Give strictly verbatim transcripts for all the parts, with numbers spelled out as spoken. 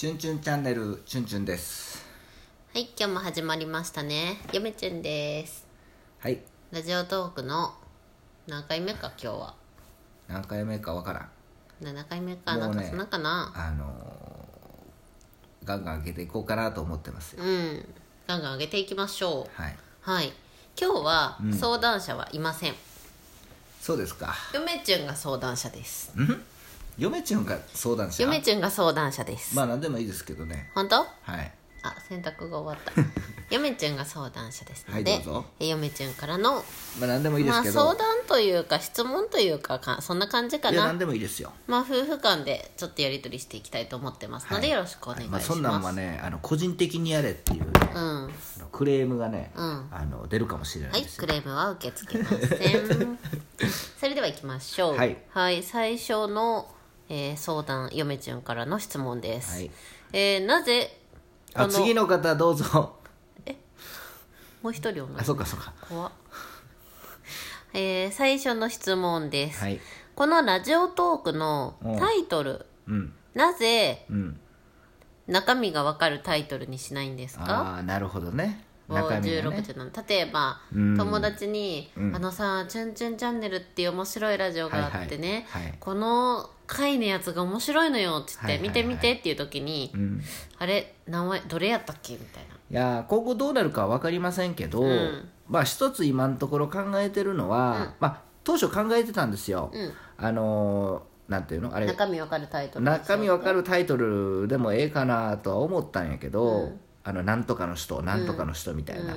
チュンチュンチャンネルチュンチュンです。 はい、今日も始まりましたね。よめちゅんです。 はい。 ラジオトークの何回目か今日は。 何回目かわからん。 ななかいめか、 もうね、 なんかそんなかな。 あのー、ガンガン上げていこうかなと思ってますよ。 うん、ガンガン上げていきましょう。 はい。 はい。今日はうん相談者はいません。 そうですか。 よめちゅんが相談者です。 ん？嫁ちゅんが相談者？ よめちゅんが相談者です。 まあ何でもいいですけどね。 本当？ はい。 あ、洗濯が終わった。よめちゅんが相談者ですので、 はい、どうぞ。 えよめちゅんからのまあ何でもいいですけど。 まあ相談というか質問というか、かそんな感じかな。 いや何でもいいですよ。 まあ夫婦間でちょっとやり取りしていきたいと思ってますので、はい、よろしくお願いします。 まあ、そんなんはね、あの個人的にやれっていう、ね、 うん、 クレームがね、 うん、 あの出るかもしれないですよ。 はい、クレームは受け付けません。それでは行きましょう。 はい、 はい、最初の、えー、相談、よめちゅんからの質問です。はい、えー、なぜあ、次の方どうぞ。 え、もう一人おる。 あ、そうかそうか。 怖っ。えー、最初の質問です。 はい、 このラジオトークのタイトル、 うん、 なぜ、 うん、 中身が分かるタイトルにしないんですか？ ああ、なるほどね。中身がね、 じゅうろくじの例えば、うん、友達に、うん、あのさチュンチュンチャンネルっていう面白いラジオがあってね、はいはいはい、この回のやつが面白いのよって言って、はいはいはい、見て見てっていう時に、うん、あれ名前どれやったっけみたいな。 いや今後どうなるかは分かりませんけど、うん、まあ一つ今のところ考えてるのは、うん、まあ当初考えてたんですよ、うん、あのーなんていうのあれ中身わかるタイトル中身わかるタイトルでもええかなとは思ったんやけど、うん、あのなんとかの人なんとかの人みたいな、うん、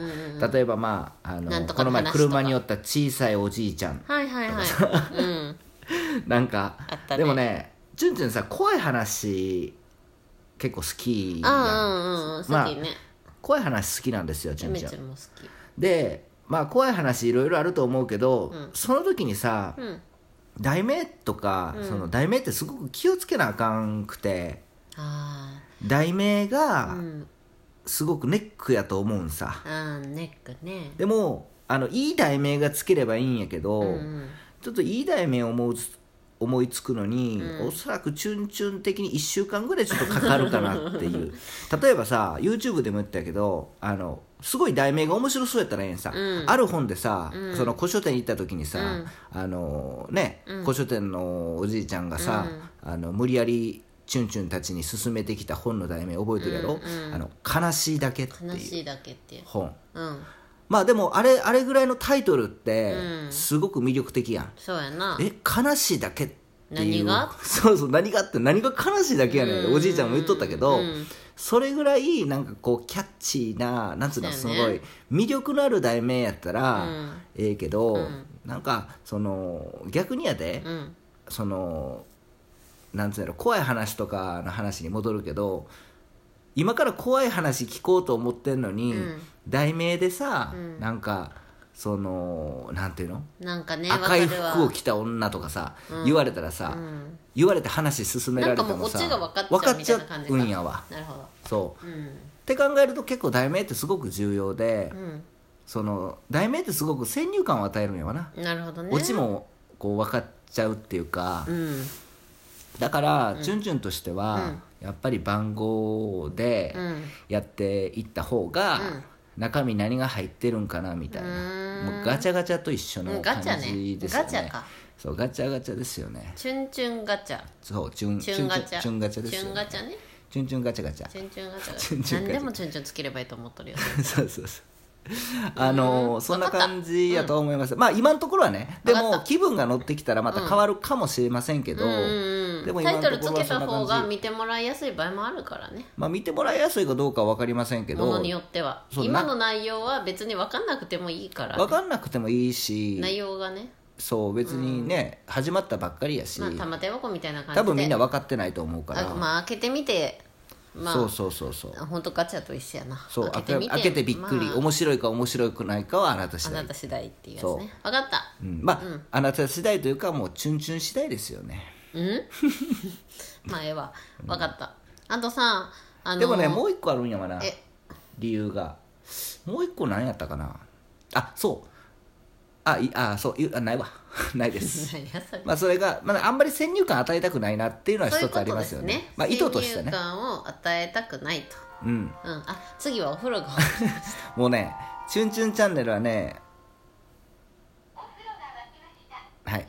例えばまあ、あのこの前車に寄った小さいおじいちゃんはいはいはい、うん、 なんか、ね、でもねチュンチュンさ怖い話結構好きやん。 うんうん、好きね、まあ、 怖い話好きなんですよチュンチュン。 めっちゃも好きで、 まあ怖い話いろいろあると思うけど、うん、その時にさ、うん題名とか、うん、その題名ってすごく気をつけなあかんくて、あ題名がすごくネックやと思うんさ、 うん、ネックね。 でもあのいい題名がつければいいんやけど、うん、ちょっといい題名を思いつ思いつくのに、うん、おそらくチュンチュン的にいっしゅうかんぐらいちょっとかかるかなっていう例えばさ YouTube でも言ったけどあのすごい題名が面白そうやったらええんさ、うん、ある本でさ、うん、その古書店に行った時にさ、うん、あのね、うん、古書店のおじいちゃんがさ、うん、あの無理やりチュンチュンたちに勧めてきた本の題名覚えてるやろ、うんうん、あの悲しいだけっていう悲しいだけっていう本、 うん、 まあでもあれあれぐらいのタイトルってすごく魅力的やん、うん、 そうやな。 え悲しいだけっていう何がそうそう何がって何が悲しいだけやねん、うん、おじいちゃんも言っとったけど、うん、それぐらいなんかこうキャッチーななんつうのすごい魅力のある題名やったら、うん、ええけど、うん、なんかその逆にやで、うん、そのなんつうの怖い話とかの話に戻るけど今から怖い話聞こうと思ってんのに、うん、題名でさ、うん、なんかそのなんていうのなんか、ね、 赤い服を着た女とかさ、うん、言われたらさ、うん、言われて話進められてもさなんかもうオチが分かっちゃうみたいな感じか分かっちゃうんやわ。 なるほどそう、 うん、 って考えると結構題名ってすごく重要で、うん、その題名ってすごく先入観を与えるんやわな。 なるほどね。 オチもこう分かっちゃうっていうか、うん、だから、うん、チュンチュンとしては、うん、やっぱり番号でやっていった方が、うん中身何が入ってるんかなみたいなもうガチャガチャと一緒の感じですよね。 ガチャかそうガチャガチャですよね。 チュンチュンガチャそうチュンチュンガチャチュンガチャですよね。 チュンガチャねチュンチュンガチャガチャチュンチュンガチャガチャ何でもチュンチュンつければいいと思っとるよ、ね、 そうそうそうあのー、そんな感じやと思います、うん、まあ今のところはねでも気分が乗ってきたらまた変わるかもしれませんけど、うんうんうん、でも今のところはそんな感じ。タイトルつけた方が見てもらいやすい場合もあるからね。 まあ見てもらいやすいかどうかは分かりませんけどものによっては今の内容は別に分かんなくてもいいから、ね、 分かんなくてもいいし内容がねそう別にね、うん、始まったばっかりやし、 まあ、玉手箱みたいな感じで多分みんな分かってないと思うからあまあ開けてみてまあ、 そうそうそうそう本当ガチャと一緒やな。 そう開けてみて開けてびっくり、まあ、面白いか面白くないかはあなた次第あなた次第っていうやつね。分かった、 うん、まあ、うん、あなた次第というかもうチュンチュン次第ですよね。 うんまあええわ分かった、うん、あとさ、あのー、 でもねもう一個あるんやわな理由が。もう一個何やったかなあそうあいあそういうあないわないです何やそれ、 まあそれが、まあ、あんまり先入観与えたくないなっていうのは一つありますよね。 そういうことですね、 まあ、意図としてね。 先入観を与えたくないと。 うん、うん、 あ次はお風呂がもうねチュンチュンチャンネルはねはい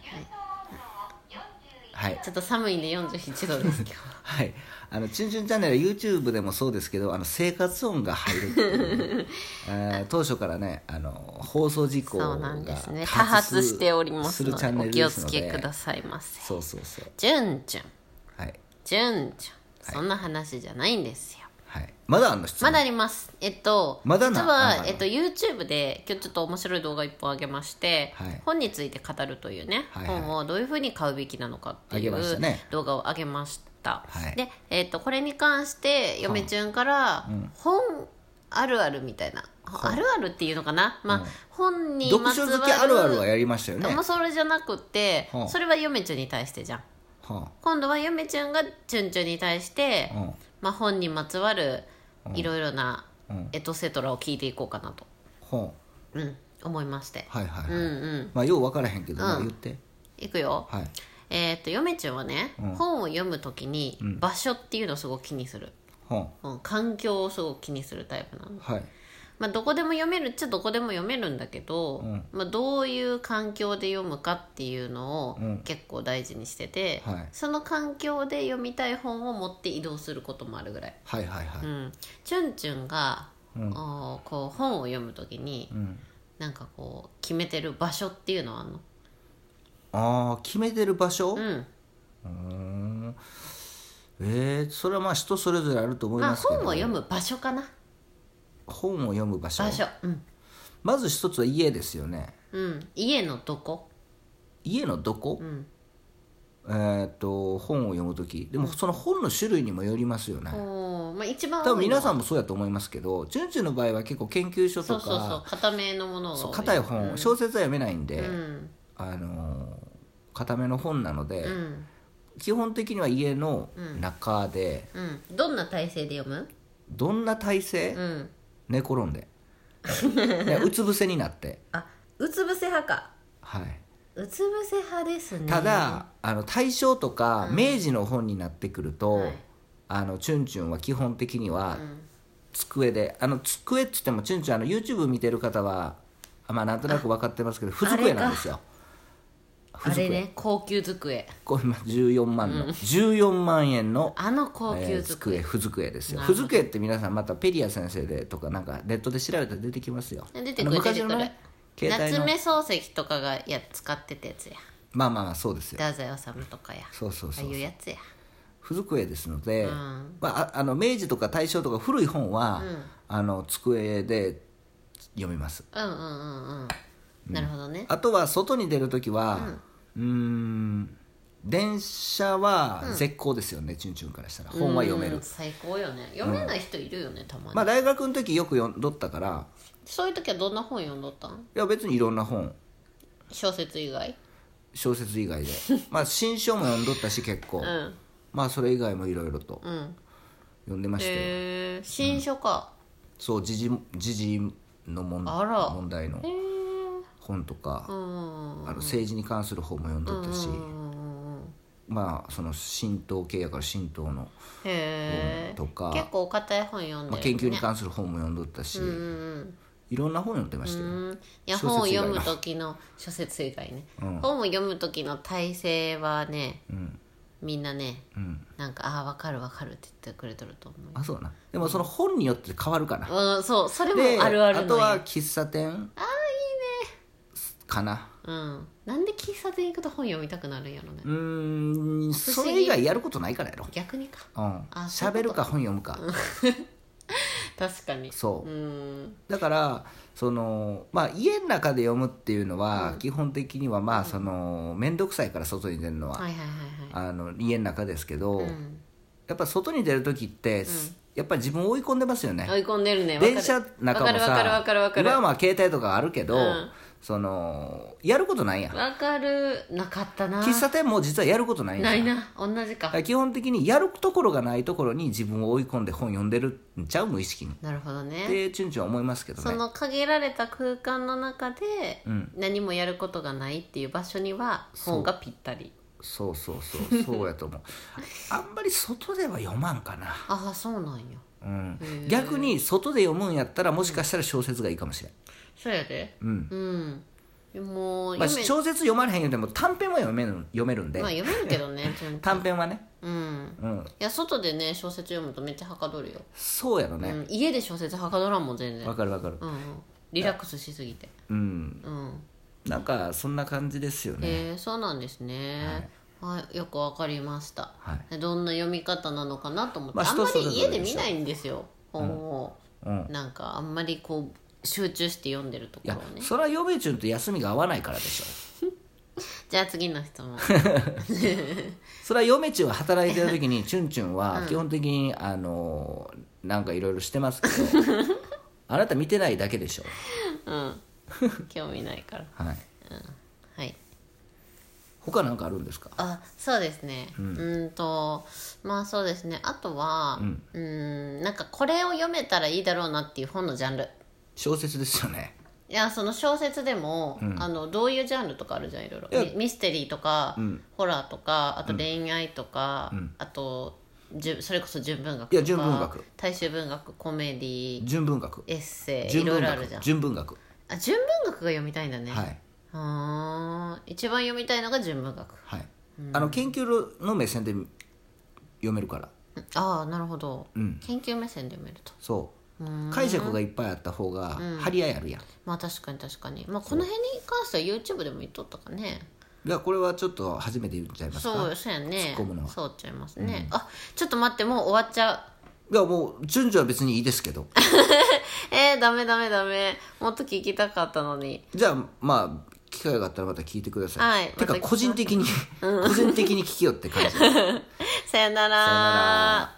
はいちょっと寒いんでよんじゅういちどです今日はいあのチュンチュンチャンネルは YouTube でもそうですけどあの生活音が入るっていう、ねえー、当初からねあの放送事故がそうなんですね、多発しておりますのでお気をつけくださいませ。 そうそうそうじゅんじゅんはいじゅんじゅんそんな話じゃないんですよ。 はい、まだあんの質問まだあります。えっと、 まだな実は、 あえっと、YouTube で今日ちょっと面白い動画いっぽんあげまして、 はい、 本について語るというね、 はいはい、 本をどういうふうに買うべきなのかっていう、 ね、 動画を上げました、 はい、 で、えっと、これに関して嫁ちゅんから、うん、本あるあるみたいな、あるあるっていうのかな、まあ、うん、本にまつわる読書好きあるあるはやりましたよね。 もうそれじゃなくて、はあ、それは嫁ちゅんに対してじゃん、はあ、今度は嫁ちゅんがちゅんちゅんに対して、はあまあ、本にまつわるいろいろなエトセトラを聞いていこうかなと、うん、思いまして、 はいはいはい、 うんうん、 まあよう分からへんけど、 うん、 言っていくよ、 はい、 えー、っと嫁ちゃんはね、うん、本を読むときに場所っていうのをすごく気にする、うんうん、環境をすごく気にするタイプなの、はい、まあ、どこでも読めるっちゃどこでも読めるんだけど、うん、まあ、どういう環境で読むかっていうのを結構大事にしてて、うん、はい、その環境で読みたい本を持って移動することもあるぐらい、はいはいはい、うん、チュンチュンが、うん、こう本を読むときに、うん、なんかこう決めてる場所っていうのはあるの？ ああ、決めてる場所？うん、うーん、えー、それはまあ人それぞれあると思いますけど、 まあ、本を読む場所かな。 本を読む場所、 場所、うん、 まず一つは家ですよね、 うん、家のどこ？ 家のどこ、うん、えー、っと本を読むときでもその本の種類にもよりますよね、うん、まあ、一番多いのは多分皆さんもそうやと思いますけど、チュンチュンの場合は結構研究書とか、 そうそうそう、固めのものが多い、 硬い本、うん、小説は読めないんで、うん、あの固めの本なので、うん、基本的には家の中で、 うんうん、どんな体勢で読む？ どんな体勢？うん、寝転んでうつ伏せになって、 あ、うつ伏せ派か、 はい、 うつ伏せ派ですね。 ただあの大正とか明治の本になってくると、うん、はい、あのチュンチュンは基本的には机で、あの机っつってもチュンチュンあの YouTube 見てる方はまあなんとなく分かってますけど、不机なんですよ。 あれね、高級机、 これじゅうよんまんの、うん、じゅうよんまんえんのあの高級机、 えー、机、不机ですよ。不机って皆さんまたペリア先生でとかなんかネットで調べたら出てきますよ。 出てくる、出てくる、ね、夏目漱石とかがや使ってたやつや。 まあまあそうですよ、 太宰治とかや、 そうそうそうそう、 ああいうやつや。 不机ですので、うん、まあ、あの明治とか大正とか古い本は、うん、あの机で読みます。 うんうんうんうん、なるほどね。 あとは外に出るときは、うん、うーん電車は絶好ですよね、うん、チュンチュンからしたら本は読める。 最高よね。読めない人いるよね、うん、たまに。 まあ大学の時よく読んどったから。 そういう時はどんな本読んどったん？いや別にいろんな本。 小説以外？ 小説以外でまあ新書も読んどったし結構、うん、まあそれ以外もいろいろと読んでまして、 へー、新書か、 うん、そう、時事時事の問題の本とか、あの政治に関する本も読んどったし、まあその神道系やから神道の本とか、 結構硬い本読んでる、ね、 まあ、研究に関する本も読んどったし、うん、いろんな本読んでましたよ。 うん、いや本を読む時の諸説以外ね、うん、本を読む時の体勢はね、うん、みんなね、うん、なんかああ分かる分かるって言ってくれとると思う。 あ、そうな。でもその本によって変わるかな、 うん、そうそれもあるあるの。 あとは喫茶店、ああいいねかな、 うん、なんで喫茶店行くと本読みたくなるんやろね。 うーん、それ以外やることないからやろ。 逆にか、 うん、喋るか本読むか確かにそう、うん、だからその、まあ、家の中で読むっていうのは、うん、基本的にはまあその面倒くさいから外に出るのは、はいはいはいはい、あの家の中ですけど、うん、やっぱ外に出る時って、うん、やっぱり自分を追い込んでますよね。 追い込んでるね。 電車の中もさ、今はまあ携帯とかあるけど、うん、 そのやることないやん。 わかる。なかったな。 喫茶店も実はやることないんないな。同じか。 基本的にやるところがないところに自分を追い込んで本読んでるんちゃう、無意識に。 なるほどね。 でチュンチュンは思いますけどね。 その限られた空間の中で、 うん、 何もやることがないっていう場所には本がぴったり。 そうそうそうそうやと思うあんまり外では読まんかな。 ああそうなんや。 うん、逆に外で読むんやったらもしかしたら小説がいいかもしれん。 そうやで。 うん、 うんでも、 まあ、小説読まれへんよでも短編は読める読めるんで。 まあ読めるけどね短編はね。 うん、うん、いや外でね小説読むとめっちゃはかどるよ。 そうやろね、 うん、家で小説はかどらんもん全然。 わかるわかる、 うんうん、リラックスしすぎて。 うん、うん、なんかそんな感じですよね。 えー、そうなんですね。はい、はい、よくわかりました、はい、どんな読み方なのかなと思って、まあ、あんまり家で見ないんですよ本を、うんうん、なんかあんまりこう集中して読んでるところをね。 いやそれは嫁ちゅんと休みが合わないからでしょじゃあ次の質問それは嫁ちゅんは働いてる時にチュンチュンは基本的に、うん、あのなんかいろいろしてますけどあなた見てないだけでしょ。 うん興味ないからはい、うん、 はい他なんかあるんですか。 あそうですね、うん、うんとまあそうですねあとは、うん、うんなんかこれを読めたらいいだろうなっていう本のジャンル。 小説ですよね。 いやその小説でも、うん、あのどういうジャンルとかあるじゃんいろいろ。ミ、ミステリーとか、うん、ホラーとかあと恋愛とか、うん、あとじゅそれこそ純文学とか。 いや純文学大衆文学コメディ純文学エッセイいろいろあるじゃん。 純文学あ純文学が読みたいんだね。 はいあ一番読みたいのが純文学。 はい、うん、あの研究の目線で読めるから。 ああなるほど、 うん、 研究目線で読めると。 そう解釈がいっぱいあった方が張り合いあるやん、うん、 まあ確かに確かに、まあ、この辺に関しては YouTube でも言っとったかね。 いやこれはちょっと初めて言っちゃいますか。 そうそうやね。 突っ込むのはそうっちゃいますね、うん、あちょっと待ってもう終わっちゃう。いやもう順序は別にいいですけどえー、ダメダメダメもっと聞きたかったのに。 じゃあまあ機会があったらまた聞いてください。 はい。 てか個人的に個人的に聞きよって感じさよなら。 さよなら。